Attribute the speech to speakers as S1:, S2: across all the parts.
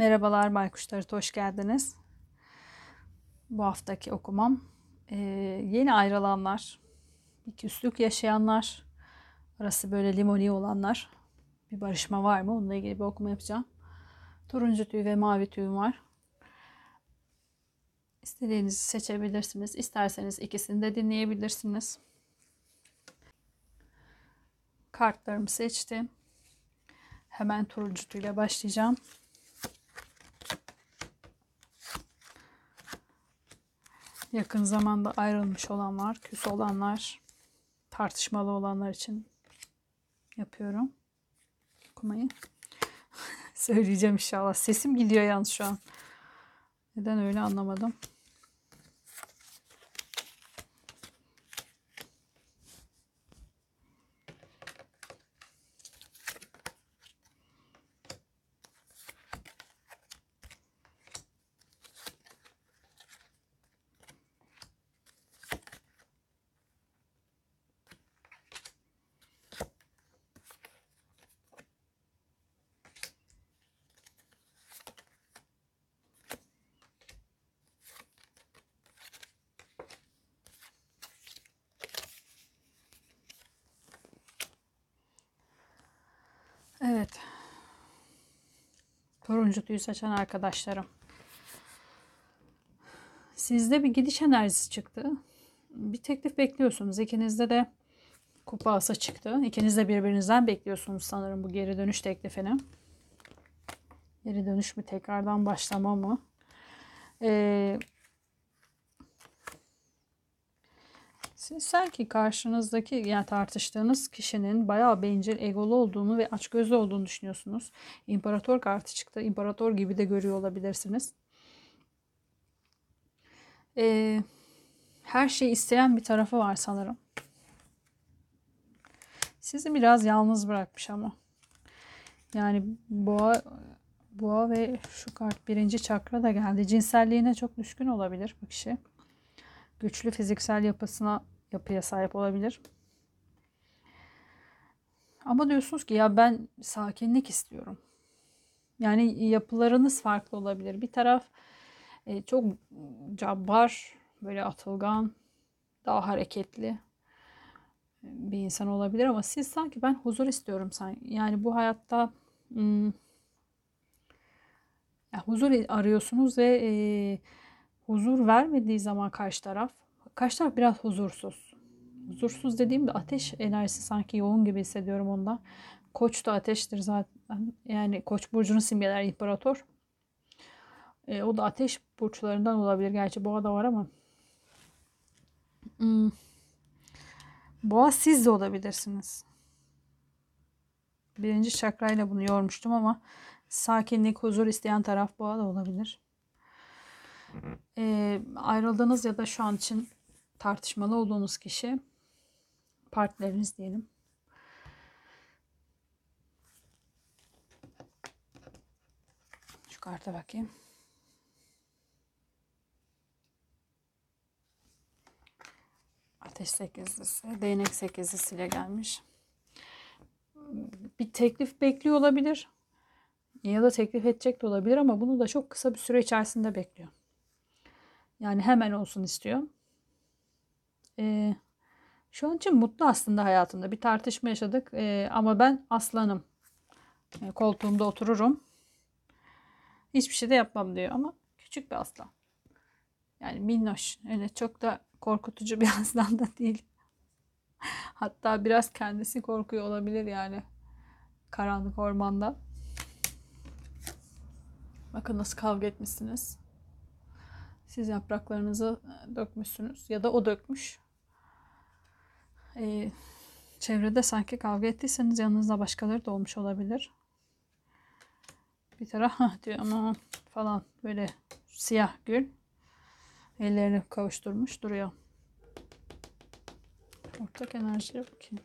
S1: Merhabalar Baykuşlar, hoş geldiniz. Bu haftaki okumam yeni ayrılanlar, bir küslük yaşayanlar, arası böyle limoni olanlar, bir barışma var mı? Onunla ilgili bir okuma yapacağım. Turuncu tüy ve mavi tüyüm var. İstediğinizi seçebilirsiniz. İsterseniz ikisini de dinleyebilirsiniz. Kartlarımı seçtim. Hemen turuncu tüyle başlayacağım. Yakın zamanda ayrılmış olanlar, küs olanlar, tartışmalı olanlar için yapıyorum okumayı. Söyleyeceğim inşallah. Sesim gidiyor yalnız şu an. Neden öyle anlamadım. Evet. Turuncu tüyü seçen arkadaşlarım. Sizde bir gidiş enerjisi çıktı. Bir teklif bekliyorsunuz. İkinizde de kupa ası çıktı. İkiniz de birbirinizden bekliyorsunuz sanırım bu geri dönüş teklifini. Geri dönüş mü, tekrardan başlama mı? Siz sanki karşınızdaki, yani tartıştığınız kişinin bayağı bencil, egolu olduğunu ve açgözlü olduğunu düşünüyorsunuz. İmparator kartı çıktı. İmparator gibi de görüyor olabilirsiniz. Her şeyi isteyen bir tarafı var sanırım. Sizi biraz yalnız bırakmış ama. Yani boğa ve şu kart birinci çakra da geldi. Cinselliğine çok düşkün olabilir bu kişi. Güçlü fiziksel yapıya sahip olabilir. Ama diyorsunuz ki ya ben sakinlik istiyorum. Yani yapılarınız farklı olabilir. Bir taraf çok cabbar, böyle atılgan, daha hareketli bir insan olabilir ama siz sanki ben huzur istiyorum yani bu hayatta huzur arıyorsunuz ve huzur vermediği zaman karşı taraf biraz huzursuz. Huzursuz dediğimde ateş enerjisi sanki yoğun gibi hissediyorum onda. Koç da ateştir zaten. Yani Koç burcunu simgeler imparator. O da ateş burçlarından olabilir. Gerçi boğa da var ama. Boğa siz de olabilirsiniz. Birinci çakrayla bunu yormuştum ama sakinlik, huzur isteyen taraf boğa da olabilir. Ayrıldığınız ya da şu an için tartışmalı olduğunuz kişi partneriniz diyelim. Şu karta bakayım. Ateş sekizlisi, değnek sekizlisiyle gelmiş. Bir teklif bekliyor olabilir. Ya da teklif edecek de olabilir ama bunu da çok kısa bir süre içerisinde bekliyor. Yani hemen olsun istiyor. Şu an için mutlu aslında hayatında. Bir tartışma yaşadık ama ben aslanım. Koltuğumda otururum. Hiçbir şey de yapmam diyor ama küçük bir aslan. Yani minnoş. Öyle çok da korkutucu bir aslan da değil. Hatta biraz kendisi korkuyor olabilir yani. Karanlık ormanda. Bakın nasıl kavga etmişsiniz. Siz yapraklarınızı dökmüşsünüz ya da o dökmüş. Çevrede sanki kavga ettiyseniz yanınızda başkaları da olmuş olabilir. Bir taraf diyor ama falan böyle siyah gül. Ellerini kavuşturmuş duruyor. Ortak enerjiye bakayım.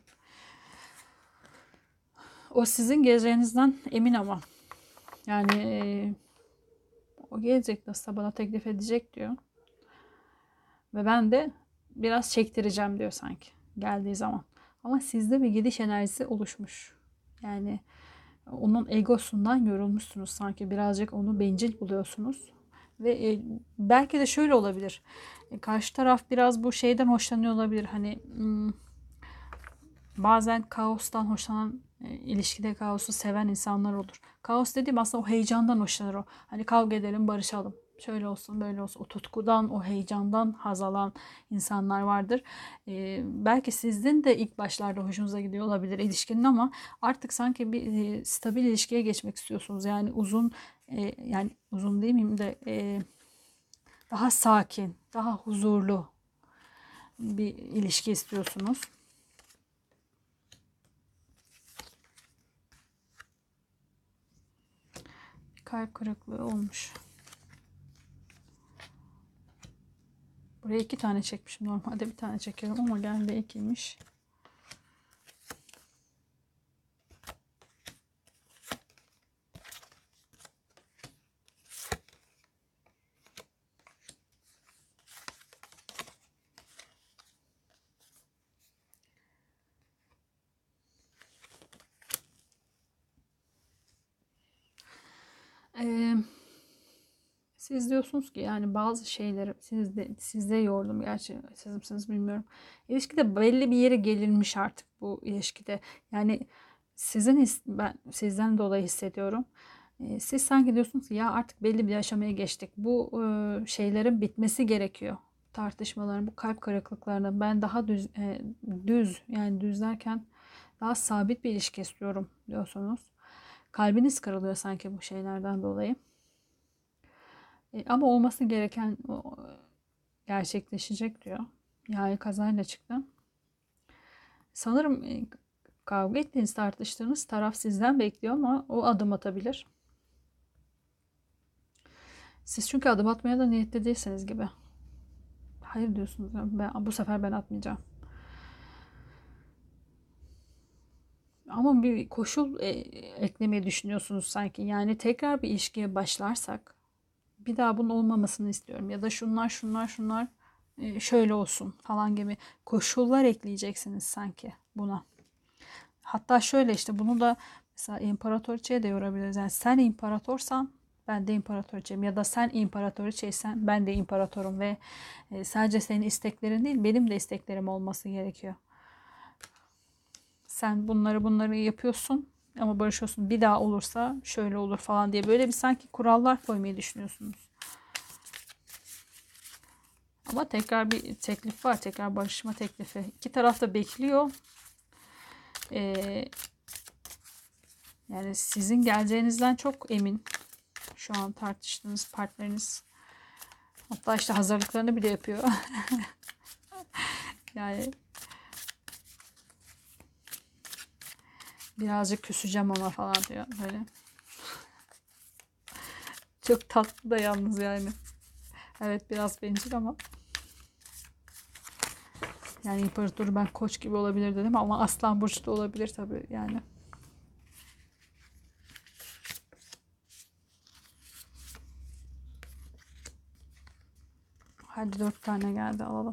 S1: O sizin geleceğinizden emin ama. Yani o gelecek nasılsa bana teklif edecek diyor. Ve ben de biraz çektireceğim diyor sanki geldiği zaman. Ama sizde bir gidiş enerjisi oluşmuş. Yani onun egosundan yorulmuşsunuz sanki. Birazcık onu bencil buluyorsunuz. Ve belki de şöyle olabilir. Karşı taraf biraz bu şeyden hoşlanıyor olabilir. Hani bazen kaostan hoşlanan, ilişkide kaosu seven insanlar olur. Kaos dediğim aslında o heyecandan hoşlanır o. Hani kavga edelim, barışalım. Şöyle olsun, böyle olsun. O tutkudan, o heyecandan haz alan insanlar vardır. Belki sizin de ilk başlarda hoşunuza gidiyor olabilir ilişkinin ama artık sanki bir stabil ilişkiye geçmek istiyorsunuz. Yani uzun, yani uzun değil miyim de daha sakin, daha huzurlu bir ilişki istiyorsunuz. Kalp kırıklığı olmuş. Buraya 2 tane çekmişim. Normalde bir tane çekiyorum ama geldi 2'ymiş. Siz diyorsunuz ki yani bazı şeyleri sizde yordum, gerçi siz misiniz bilmiyorum. İlişkide belli bir yere gelinmiş artık bu ilişkide. Yani ben sizden dolayı hissediyorum. Siz sanki diyorsunuz ki ya artık belli bir aşamaya geçtik. Bu şeylerin bitmesi gerekiyor. Tartışmaların, bu kalp kırıklıklarının ben daha düz, yani düz derken daha sabit bir ilişki istiyorum diyorsunuz. Kalbiniz kırılıyor sanki bu şeylerden dolayı. Ama olması gereken gerçekleşecek diyor. Yani kazayla çıktı. Sanırım kavga ettiğiniz, tartıştığınız taraf sizden bekliyor ama o adım atabilir. Siz çünkü adım atmaya da niyetli değilsiniz gibi. Hayır diyorsunuz. Bu sefer ben atmayacağım. Ama bir koşul eklemeyi düşünüyorsunuz sanki. Yani tekrar bir ilişkiye başlarsak bir daha bunun olmamasını istiyorum. Ya da şunlar şöyle olsun falan gibi koşullar ekleyeceksiniz sanki buna. Hatta şöyle işte bunu da mesela imparatoriçeye de yorabiliriz. Yani sen imparatorsan ben de imparatoriçeyim ya da sen imparatoriçeysen ben de imparatorum ve sadece senin isteklerin değil benim de isteklerim olması gerekiyor. Sen bunları yapıyorsun ama barışıyorsun. Bir daha olursa şöyle olur falan diye böyle bir sanki kurallar koymayı düşünüyorsunuz. Ama tekrar bir teklif var. Tekrar barışma teklifi. İki taraf da bekliyor. Yani sizin geleceğinizden çok emin. Şu an tartıştığınız partneriniz. Hatta işte hazırlıklarını bile yapıyor. Yani birazcık küseceğim ona falan diyor böyle. Çok tatlı da yalnız yani. Evet biraz bencil ama. Yani imparatoru ben koç gibi olabilir dedim ama aslan burcu da olabilir tabii yani. Hadi 4 tane geldi alalım.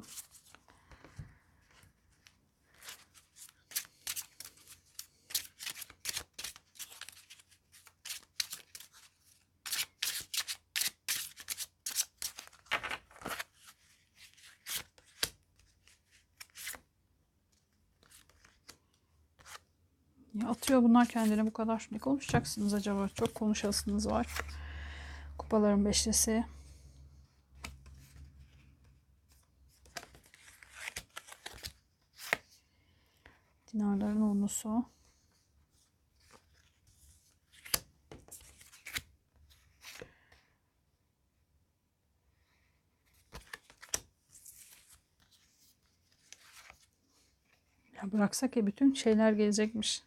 S1: Ya atıyor bunlar kendine bu kadar. Ne konuşacaksınız acaba? Çok konuşasınız var. Kupaların beşlisi. Dinarların onlusu. Ya bıraksak ya bütün şeyler gelecekmiş.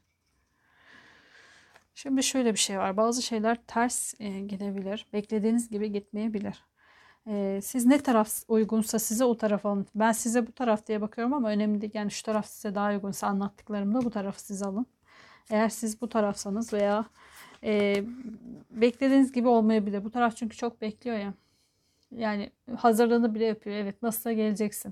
S1: Şimdi şöyle bir şey var. Bazı şeyler ters gidebilir. Beklediğiniz gibi gitmeyebilir. Siz ne taraf uygunsa size o tarafa alın. Ben size bu taraf diye bakıyorum ama önemli değil. Yani şu taraf size daha uygunsa anlattıklarımda bu tarafı siz alın. Eğer siz bu tarafsanız veya beklediğiniz gibi olmayabilir. Bu taraf çünkü çok bekliyor ya. Yani hazırlığını bile yapıyor. Evet nasılsa geleceksin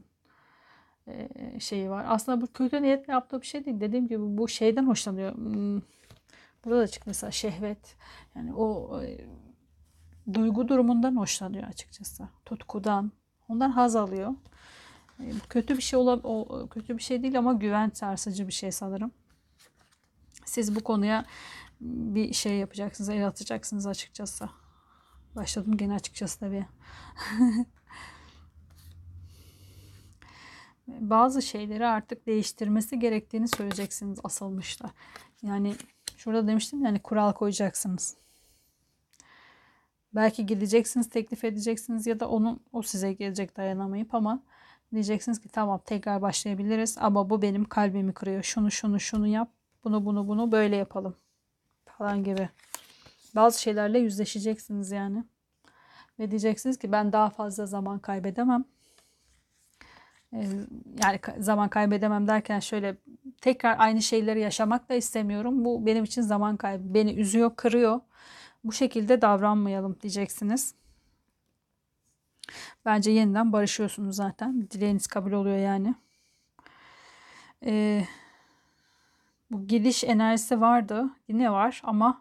S1: şeyi var. Aslında bu kötü niyetle yaptığı bir şey değil. Dediğim gibi bu şeyden hoşlanıyor. Burada da çıktı mesela şehvet. Yani o duygu durumundan hoşlanıyor açıkçası. Tutkudan. Ondan haz alıyor. Kötü bir şey kötü bir şey değil ama güven sarsıcı bir şey sanırım. Siz bu konuya bir şey yapacaksınız, el atacaksınız açıkçası. Başladım gene açıkçası tabii. Bazı şeyleri artık değiştirmesi gerektiğini söyleyeceksiniz asılmışta. Yani şurada demiştim yani kural koyacaksınız. Belki gideceksiniz, teklif edeceksiniz ya da o size gelecek dayanamayıp ama diyeceksiniz ki tamam tekrar başlayabiliriz ama bu benim kalbimi kırıyor. Şunu yap. Bunu böyle yapalım falan gibi. Bazı şeylerle yüzleşeceksiniz yani. Ve diyeceksiniz ki ben daha fazla zaman kaybedemem. Yani zaman kaybedemem derken şöyle tekrar aynı şeyleri yaşamak da istemiyorum. Bu benim için zaman kaybı. Beni üzüyor, kırıyor. Bu şekilde davranmayalım diyeceksiniz. Bence yeniden barışıyorsunuz zaten. Dileğiniz kabul oluyor yani. Bu gidiş enerjisi vardı. Yine var ama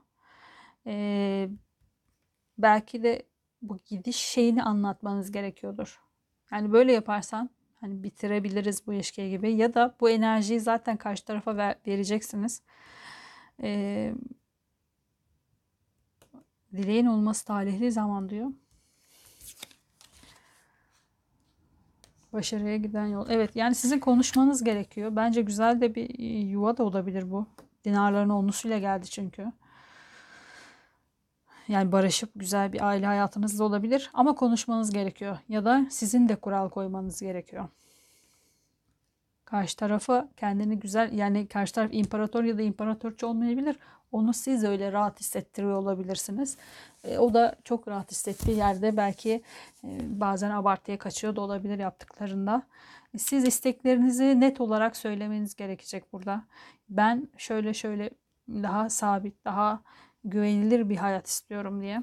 S1: belki de bu gidiş şeyini anlatmanız gerekiyordur. Yani böyle yaparsan hani bitirebiliriz bu ilişkiyi gibi ya da bu enerjiyi zaten karşı tarafa vereceksiniz. Dileğin olması talihli zaman diyor. Başarıya giden yol. Evet yani sizin konuşmanız gerekiyor. Bence güzel de bir yuva da olabilir bu. Dinarların onlusuyla geldi çünkü. Yani barışıp güzel bir aile hayatınız da olabilir ama konuşmanız gerekiyor. Ya da sizin de kural koymanız gerekiyor. Karşı tarafa kendini güzel yani karşı taraf imparator ya da imparatorça olmayabilir. Onu siz öyle rahat hissettiriyor olabilirsiniz. O da çok rahat hissettiği yerde belki bazen abartıya kaçıyor da olabilir yaptıklarında. Siz isteklerinizi net olarak söylemeniz gerekecek burada. Ben şöyle daha sabit, daha güvenilir bir hayat istiyorum diye.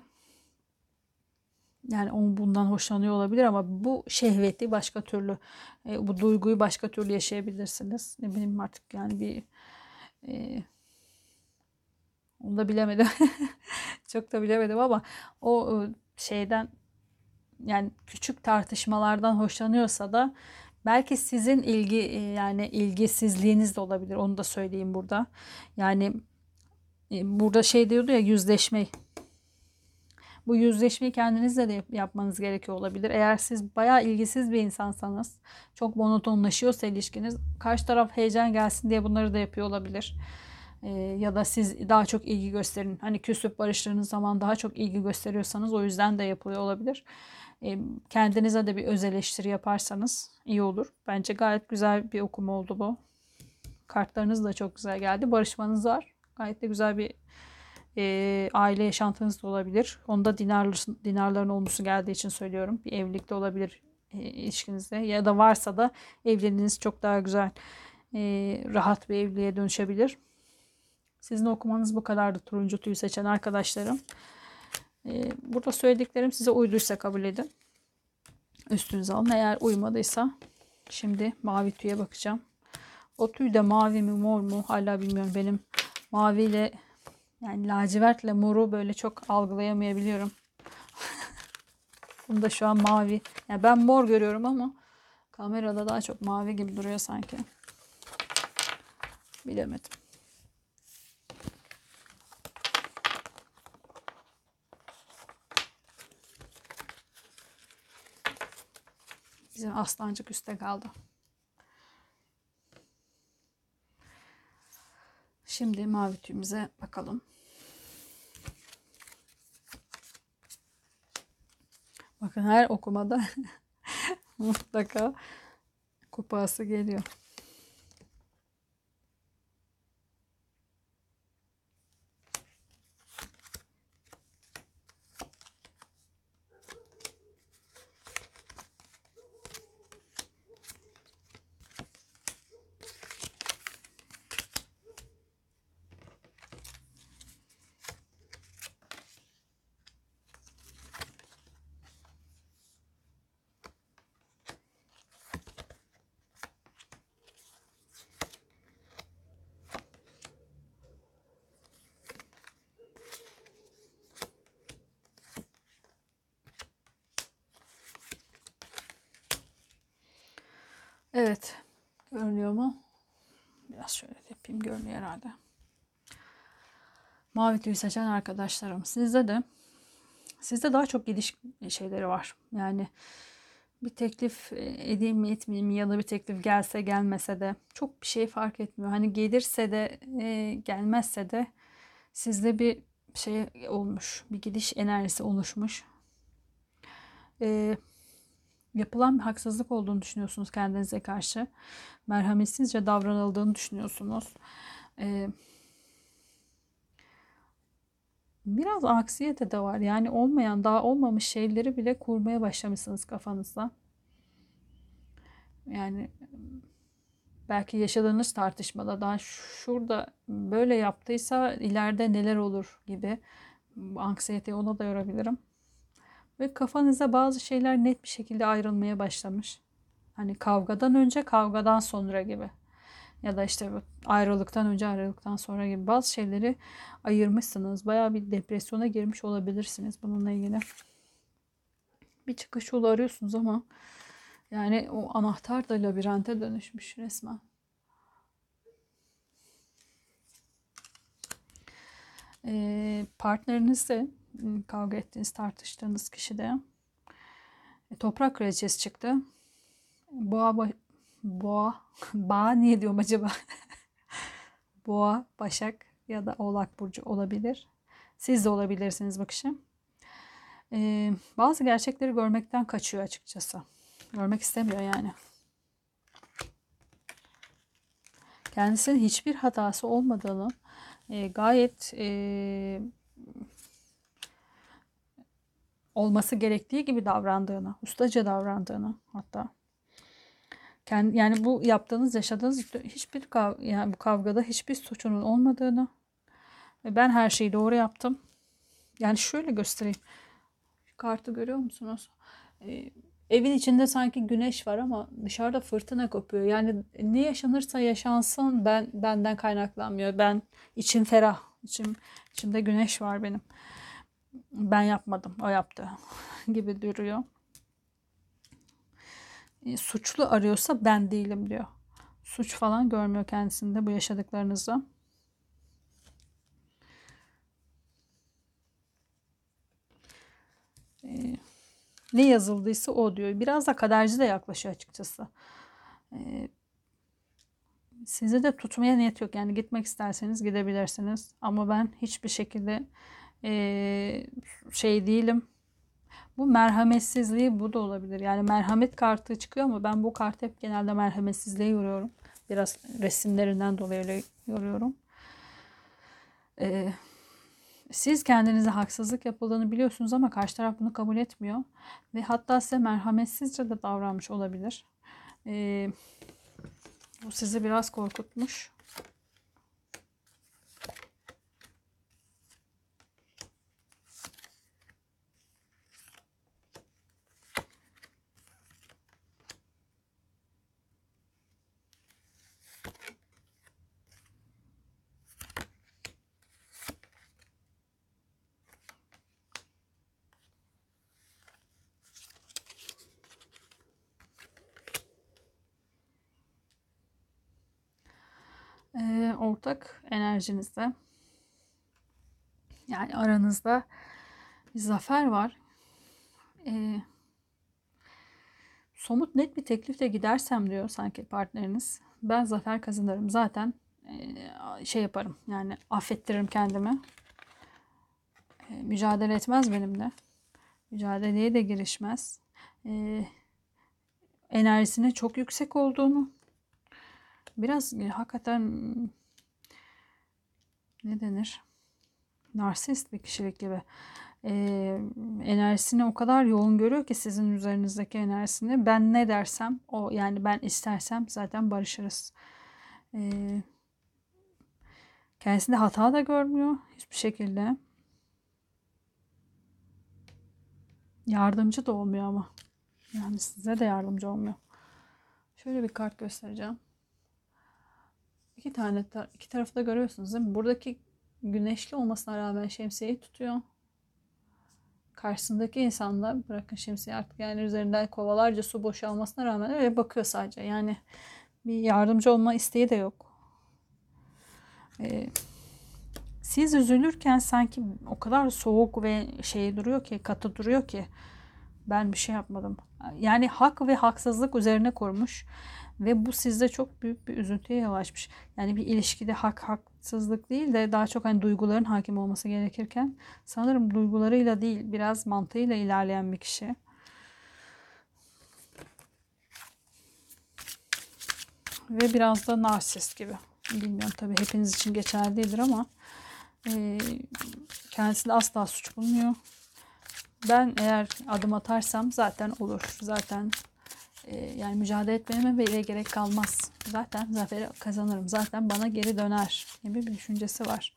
S1: Yani o bundan hoşlanıyor olabilir ama bu şehveti başka türlü, bu duyguyu başka türlü yaşayabilirsiniz. Ne bileyim artık yani e, onu da bilemedim. Çok da bilemedim ama o şeyden yani küçük tartışmalardan hoşlanıyorsa da belki sizin yani ilgisizliğiniz de olabilir. Onu da söyleyeyim burada. Yani burada şey diyordu ya yüzleşme. Bu yüzleşmeyi kendinizle de yapmanız gerekiyor olabilir. Eğer siz bayağı ilgisiz bir insansanız, çok monotonlaşıyorsa ilişkiniz, karşı taraf heyecan gelsin diye bunları da yapıyor olabilir. Ya da siz daha çok ilgi gösterin. Hani küsüp barıştığınız zaman daha çok ilgi gösteriyorsanız o yüzden de yapılıyor olabilir. Kendinize de bir öz eleştiri yaparsanız iyi olur. Bence gayet güzel bir okuma oldu bu. Kartlarınız da çok güzel geldi. Barışmanız var. Gayet de güzel bir aile yaşantınız da olabilir. Onda dinarların olması geldiği için söylüyorum. Bir evlilikte olabilir ilişkinizde. Ya da varsa da evliliğiniz çok daha güzel, rahat bir evliliğe dönüşebilir. Sizin okumanız bu kadardı turuncu tüyü seçen arkadaşlarım. Burada söylediklerim size uyduysa kabul edin. Üstünüze alın. Eğer uymadıysa şimdi mavi tüye bakacağım. O tüy de mavi mi mor mu hala bilmiyorum. Benim maviyle yani lacivertle moru böyle çok algılayamayabiliyorum. Bunda şu an mavi. Yani ben mor görüyorum ama kamerada daha çok mavi gibi duruyor sanki. Bilemedim. Bizim aslancık üstte kaldı. Şimdi mavi tüyümüze bakalım. Bakın her okumada mutlaka kupası geliyor. Evet. Görünüyor mu? Biraz şöyle yapayım. Görünüyor herhalde. Mavi tüy seçen arkadaşlarım. Sizde daha çok gidiş şeyleri var. Yani bir teklif edeyim mi etmeyeyim mi, ya da bir teklif gelse gelmese de çok bir şey fark etmiyor. Hani gelirse de gelmezse de sizde bir şey olmuş. Bir gidiş enerjisi oluşmuş. E, Yapılan bir haksızlık olduğunu düşünüyorsunuz kendinize karşı. Merhametsizce davranıldığını düşünüyorsunuz. E, Biraz aksiyete de var. Yani olmayan, daha olmamış şeyleri bile kurmaya başlamışsınız kafanızda. Yani belki yaşadığınız tartışmada daha şurada böyle yaptıysa ileride neler olur gibi anksiyeteyi ona da yorabilirim. Ve kafanıza bazı şeyler net bir şekilde ayrılmaya başlamış. Hani kavgadan önce, kavgadan sonra gibi. Ya da işte ayrılıktan önce, ayrılıktan sonra gibi bazı şeyleri ayırmışsınız. Bayağı bir depresyona girmiş olabilirsiniz bununla ilgili. Bir çıkış yolu arıyorsunuz ama yani o anahtar da labirente dönüşmüş resmen. Partnerinizle kavga ettiğiniz, tartıştığınız kişi de toprak kraliçesi çıktı. Boğa, boğa, boğa niye diyorum acaba? Boğa, Başak ya da Oğlak Burcu olabilir. Siz de olabilirsiniz bu kişi. Bazı gerçekleri görmekten kaçıyor açıkçası. Görmek istemiyor yani. Kendisinin hiçbir hatası olmadığını, gayet olması gerektiği gibi davrandığını, ustaca davrandığını hatta. Yani bu yaptığınız, yaşadığınız hiçbir yani bu kavgada hiçbir suçunun olmadığını ve ben her şeyi doğru yaptım. Yani şöyle göstereyim. Şu kartı görüyor musunuz? Evin içinde sanki güneş var ama dışarıda fırtına kopuyor. Yani ne yaşanırsa yaşansın benden kaynaklanmıyor. Ben içim ferah. İçimde güneş var benim. Ben yapmadım, o yaptı gibi duruyor. Suçlu arıyorsa ben değilim diyor. Suç falan görmüyor kendisinde bu yaşadıklarınızda. Ne yazıldıysa o diyor. Biraz da kaderci de yaklaşıyor açıkçası. Size de tutmaya niyet yok. Yani gitmek isterseniz gidebilirsiniz. Ama ben hiçbir şekilde şey değilim. Bu merhametsizliği bu da olabilir. Yani merhamet kartı çıkıyor ama ben bu kartı hep genelde merhametsizliğe yoruyorum. Biraz resimlerinden dolayı öyle yoruyorum. Siz kendinize haksızlık yapıldığını biliyorsunuz ama karşı taraf bunu kabul etmiyor. Ve hatta size merhametsizce de davranmış olabilir. Bu sizi biraz korkutmuş. Ortak enerjinizde, yani aranızda bir zafer var. Somut net bir teklifle gidersem diyor sanki partneriniz. Ben zafer kazanırım. Zaten şey yaparım. Yani affettiririm kendimi. Mücadele etmez benimle. Mücadeleye de girişmez. Enerjisinin çok yüksek olduğunu, biraz hakikaten ne denir? Narsist bir kişilik gibi. Enerjisini o kadar yoğun görüyor ki sizin üzerinizdeki enerjisini. Ben ne dersem o, yani ben istersem zaten barışırız. Kendisinde hata da görmüyor hiçbir şekilde. Yardımcı da olmuyor ama. Yani size de yardımcı olmuyor. Şöyle bir kart göstereceğim. İki tarafı da görüyorsunuz değil mi? Buradaki güneşli olmasına rağmen şemsiyeyi tutuyor. karşısındaki insanla, bırakın şemsiye artık, yani üzerinden kovalarca su boşalmasına rağmen öyle bakıyor sadece. Yani bir yardımcı olma isteği de yok. Siz üzülürken sanki o kadar soğuk ve şey duruyor ki, katı duruyor ki, ben bir şey yapmadım. Yani hak ve haksızlık üzerine kurmuş ve bu sizde çok büyük bir üzüntüye yol açmış. Yani bir ilişkide hak haksızlık değil de daha çok hani duyguların hakim olması gerekirken sanırım duygularıyla değil, biraz mantığıyla ilerleyen bir kişi. Ve biraz da narsist gibi. Bilmiyorum, tabii hepiniz için geçerli değildir ama kendisinde asla suç bulmuyor. Ben eğer adım atarsam zaten olur. Zaten yani mücadele etmeme bile gerek kalmaz. Zaten zaferi kazanırım. Zaten bana geri döner gibi bir düşüncesi var.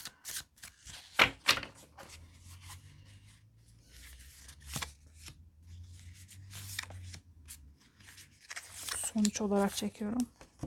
S1: Sonuç olarak çekiyorum.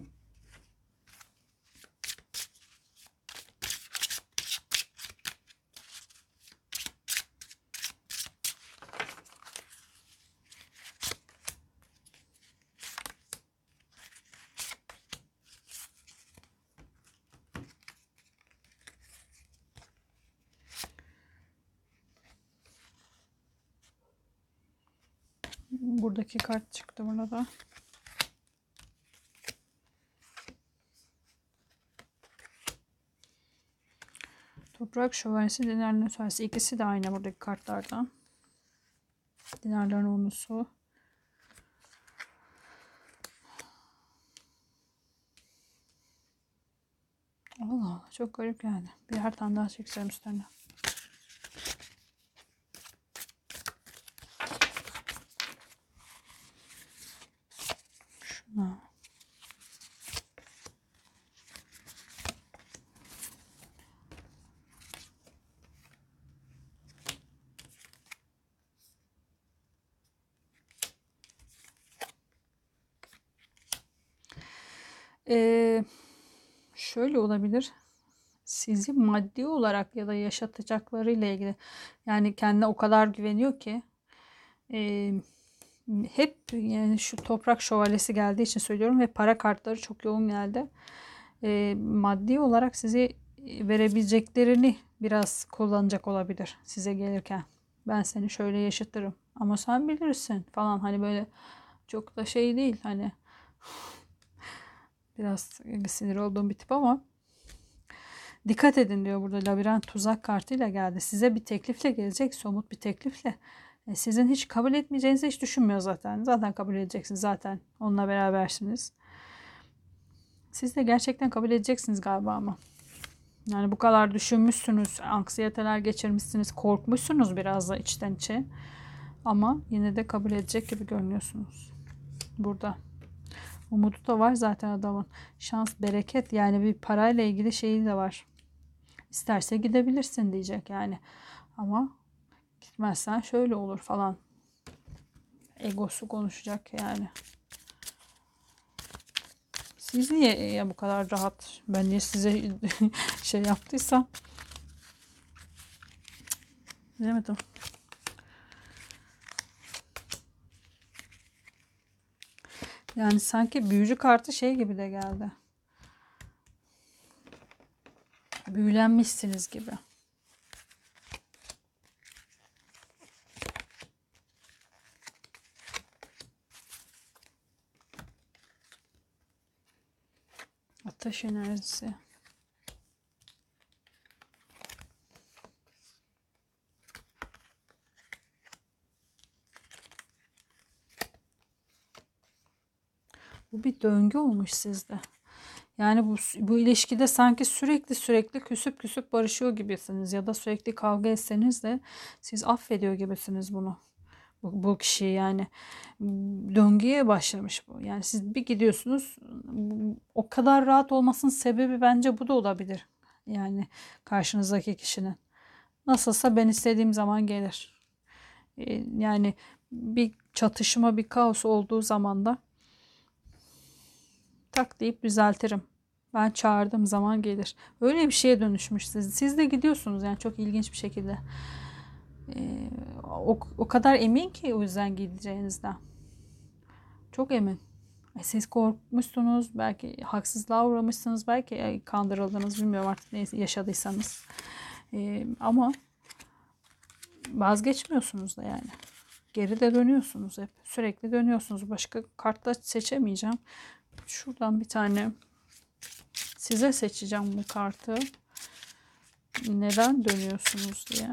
S1: Buradaki kart çıktı burada. Toprak şövalyesi, dinarların şövalyesi. İkisi de aynı buradaki kartlardan. Dinarların onlusu. Allah Allah, çok garip yani. Birer tane daha çekeceğim üstlerine. Şuna. Şöyle olabilir. Sizi maddi olarak ya da yaşatacaklarıyla ilgili, yani kendine o kadar güveniyor ki, e, hep yani şu toprak şövalyesi geldiği için söylüyorum ve para kartları çok yoğun geldi. Maddi olarak sizi verebileceklerini biraz kullanacak olabilir size gelirken. Ben seni şöyle yaşatırım ama sen bilirsin falan, hani böyle çok da şey değil, hani biraz sinir olduğum bir tip ama dikkat edin diyor burada, labirent tuzak kartıyla geldi. Size bir teklifle gelecek, somut bir teklifle. Sizin hiç kabul etmeyeceğinizi hiç düşünmüyor zaten. Zaten kabul edeceksiniz, zaten onunla berabersiniz. Siz de gerçekten kabul edeceksiniz galiba ama. Yani bu kadar düşünmüşsünüz, anksiyeteler geçirmişsiniz, korkmuşsunuz biraz da içten içe. Ama yine de kabul edecek gibi görünüyorsunuz. Burada. Umudu da var zaten adamın. Şans, bereket, yani bir parayla ilgili şeyi de var. İsterse gidebilirsin diyecek yani. Ama gitmezsen şöyle olur falan. Egosu konuşacak yani. Siz niye ya bu kadar rahat? Ben niye size şey yaptıysam? Bilemedim. Yani sanki büyücü kartı şey gibi de geldi. Büyülenmişsiniz gibi. Ateş enerjisi. Bu bir döngü olmuş sizde. Yani bu ilişkide sanki sürekli küsüp barışıyor gibisiniz ya da sürekli kavga etseniz de siz affediyor gibisiniz bunu. Bu kişiyi yani, döngüye başlamış bu. Yani siz bir gidiyorsunuz, o kadar rahat olmasının sebebi bence bu da olabilir. Yani karşınızdaki kişinin. Nasılsa ben istediğim zaman gelir. Yani bir çatışma, bir kaos olduğu zaman da tak deyip düzeltirim. Ben çağırdığım zaman gelir. Öyle bir şeye dönüşmüş siz. Siz de gidiyorsunuz yani, çok ilginç bir şekilde. O kadar emin ki o yüzden gideceğinizden. Çok emin. Siz korkmuşsunuz. Belki haksızlığa uğramışsınız. Belki kandırıldınız. Bilmiyorum artık ne yaşadıysanız. Ama vazgeçmiyorsunuz da yani. Geri de dönüyorsunuz hep. Sürekli dönüyorsunuz. Başka kartla seçemeyeceğim. Şuradan bir tane size seçeceğim bu kartı. Neden dönüyorsunuz diye.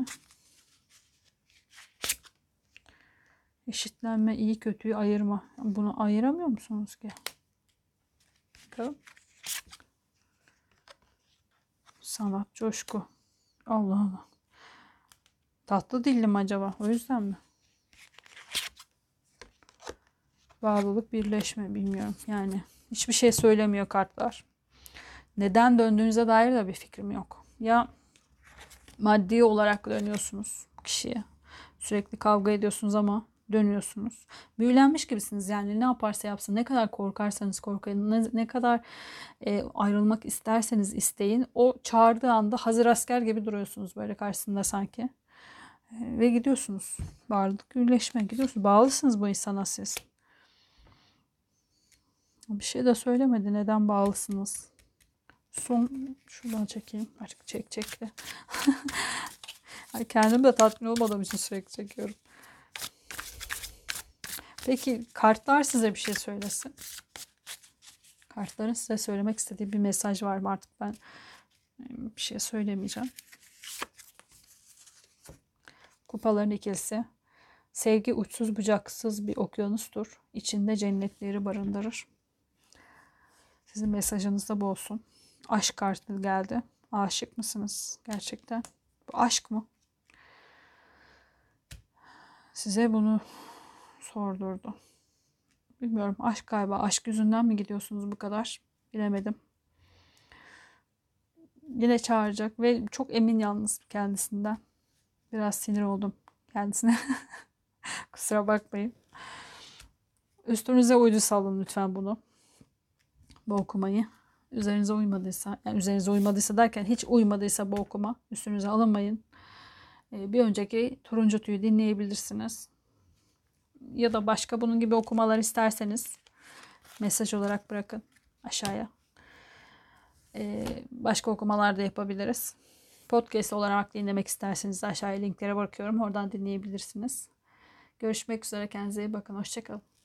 S1: Eşitlenme, iyi kötüyü ayırma. Bunu ayıramıyor musunuz ki? Bakalım. Sanat, coşku. Allah Allah. Tatlı dillim acaba? O yüzden mi? Bağlılık, birleşme, bilmiyorum. Yani hiçbir şey söylemiyor kartlar. Neden döndüğünüze dair de bir fikrim yok. Ya maddi olarak dönüyorsunuz kişiye. Sürekli kavga ediyorsunuz ama dönüyorsunuz. Büyülenmiş gibisiniz yani, ne yaparsa yapsın, ne kadar korkarsanız korkun, ne kadar ayrılmak isterseniz isteyin. O çağırdığı anda hazır asker gibi duruyorsunuz böyle karşısında sanki. Ve gidiyorsunuz. Bağlılık, birleşme, gidiyorsunuz. Bağlısınız bu insana siz. Bir şey de söylemedi. Neden bağlısınız? Son şuradan çekeyim. Artık çekti. Kendim de tatmin olmadığım için sürekli çekiyorum. Peki kartlar size bir şey söylesin. Kartların size söylemek istediği bir mesaj var mı? Artık ben bir şey söylemeyeceğim. Kupaların ikilisi. Sevgi uçsuz bucaksız bir okyanustur. İçinde cennetleri barındırır. Sizin mesajınız da bu olsun. Aşk kartı geldi. Aşık mısınız gerçekten? Bu aşk mı? Size bunu sordurdu. Bilmiyorum. Aşk galiba. Aşk yüzünden mi gidiyorsunuz bu kadar? Bilemedim. Yine çağıracak ve çok emin yalnız kendisinden. Biraz sinir oldum kendisine. Kusura bakmayın. Üstünüze uydu salın lütfen bunu. Bu okumayı. Üzerinize uymadıysa, yani üzerinize uymadıysa derken hiç uymadıysa bu okuma üstünüze alınmayın. Bir önceki turuncu tüyü dinleyebilirsiniz. Ya da başka bunun gibi okumalar isterseniz mesaj olarak bırakın aşağıya. Başka okumalar da yapabiliriz. Podcast olarak dinlemek isterseniz aşağıya linklere bırakıyorum. Oradan dinleyebilirsiniz. Görüşmek üzere. Kendinize iyi bakın. Hoşça kalın.